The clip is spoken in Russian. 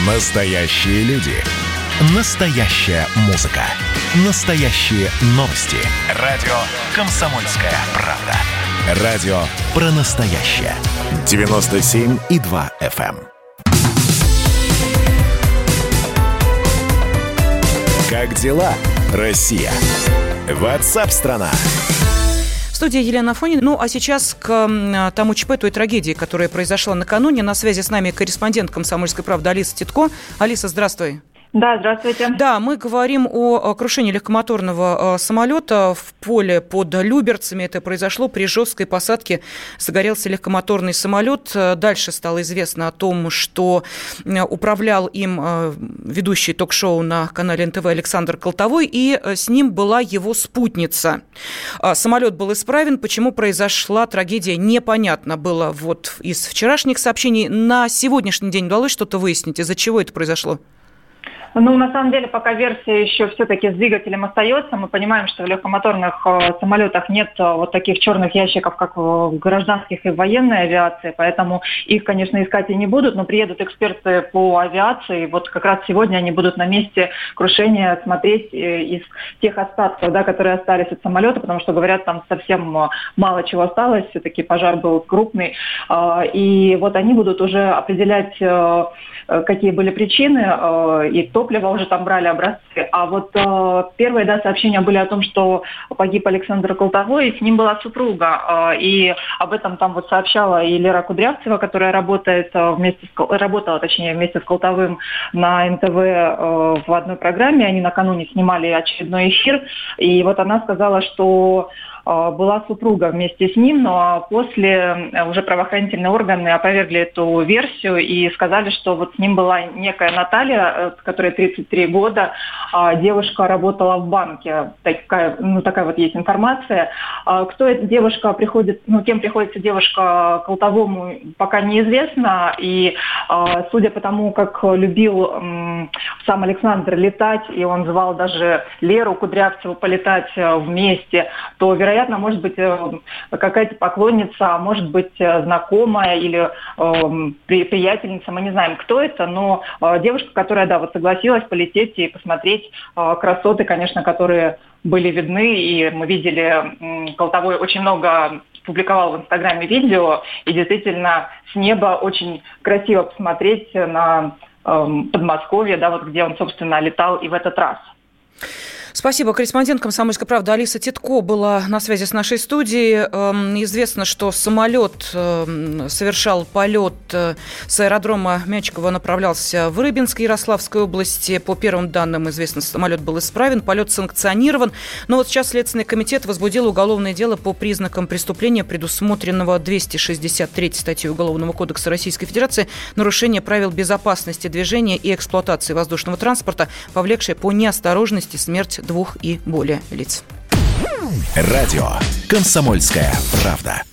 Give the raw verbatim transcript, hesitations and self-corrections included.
Настоящие люди. Настоящая музыка. Настоящие новости. Радио «Комсомольская правда». Радио про настоящее. девяносто семь и два эф эм. Как дела, Россия? Ватсап-страна! В студии Елена Афонина. Ну, а сейчас к тому ЧП, той трагедии, которая произошла накануне. На связи с нами корреспондент «Комсомольской правды» Алиса Титко. Алиса, здравствуй. Да, здравствуйте. Да, мы говорим о крушении легкомоторного самолета в поле под Люберцами. Это произошло при жесткой посадке. Загорелся легкомоторный самолет. Дальше стало известно о том, что управлял им ведущий ток-шоу на канале эн тэ вэ Александр Колтовой, и с ним была его спутница. Самолет был исправен. Почему произошла трагедия, непонятно было вот из вчерашних сообщений. На сегодняшний день удалось что-то выяснить, из-за чего это произошло? Ну, на самом деле, пока версия еще все-таки с двигателем остается. Мы понимаем, что в легкомоторных э, самолетах нет э, вот таких черных ящиков, как в гражданских и военной авиации, поэтому их, конечно, искать и не будут, но приедут эксперты по авиации. Вот как раз сегодня они будут на месте крушения смотреть э, из тех остатков, да, которые остались от самолета, потому что, говорят, там совсем мало чего осталось, все-таки пожар был крупный. Э, и вот они будут уже определять, э, какие были причины, э, и то, топливо уже там брали образцы. А вот э, первые да, сообщения были о том, что погиб Александр Колтовой, и с ним была супруга. Э, и об этом там вот сообщала и Лера Кудрявцева, которая работает э, вместе с, работала, точнее, вместе с Колтовым на эн тэ вэ э, в одной программе. Они накануне снимали очередной эфир. И вот она сказала, что была супруга вместе с ним, но после уже правоохранительные органы опровергли эту версию и сказали, что вот с ним была некая Наталья, которой тридцать три года, девушка работала в банке. Такая, ну, такая вот есть информация. Кто эта девушка приходит, ну, кем приходится девушка Колтовому, пока неизвестно. И судя по тому, как любил сам Александр летать, и он звал даже Леру Кудрявцеву полетать вместе, то, вероятно, Вероятно, может быть, какая-то поклонница, а может быть, знакомая или э, приятельница, мы не знаем, кто это, но э, девушка, которая, да, вот согласилась полететь и посмотреть э, красоты, конечно, которые были видны, и мы видели, э, Колтовой очень много публиковал в Инстаграме видео, и действительно с неба очень красиво посмотреть на э, Подмосковье, да, вот где он, собственно, летал и в этот раз. Спасибо. Корреспондент «Комсомольской правды» Алиса Титко была на связи с нашей студией. Известно, что самолет совершал полет с аэродрома Мячикова, направлялся в Рыбинск Ярославской области. По первым данным, известно, самолет был исправен, полет санкционирован. Но вот сейчас Следственный комитет возбудил уголовное дело по признакам преступления, предусмотренного двести шестьдесят третьей статьей Уголовного кодекса Российской Федерации, нарушение правил безопасности движения и эксплуатации воздушного транспорта, повлекшее по неосторожности смерть двух и более лиц. Радио «Комсомольская правда».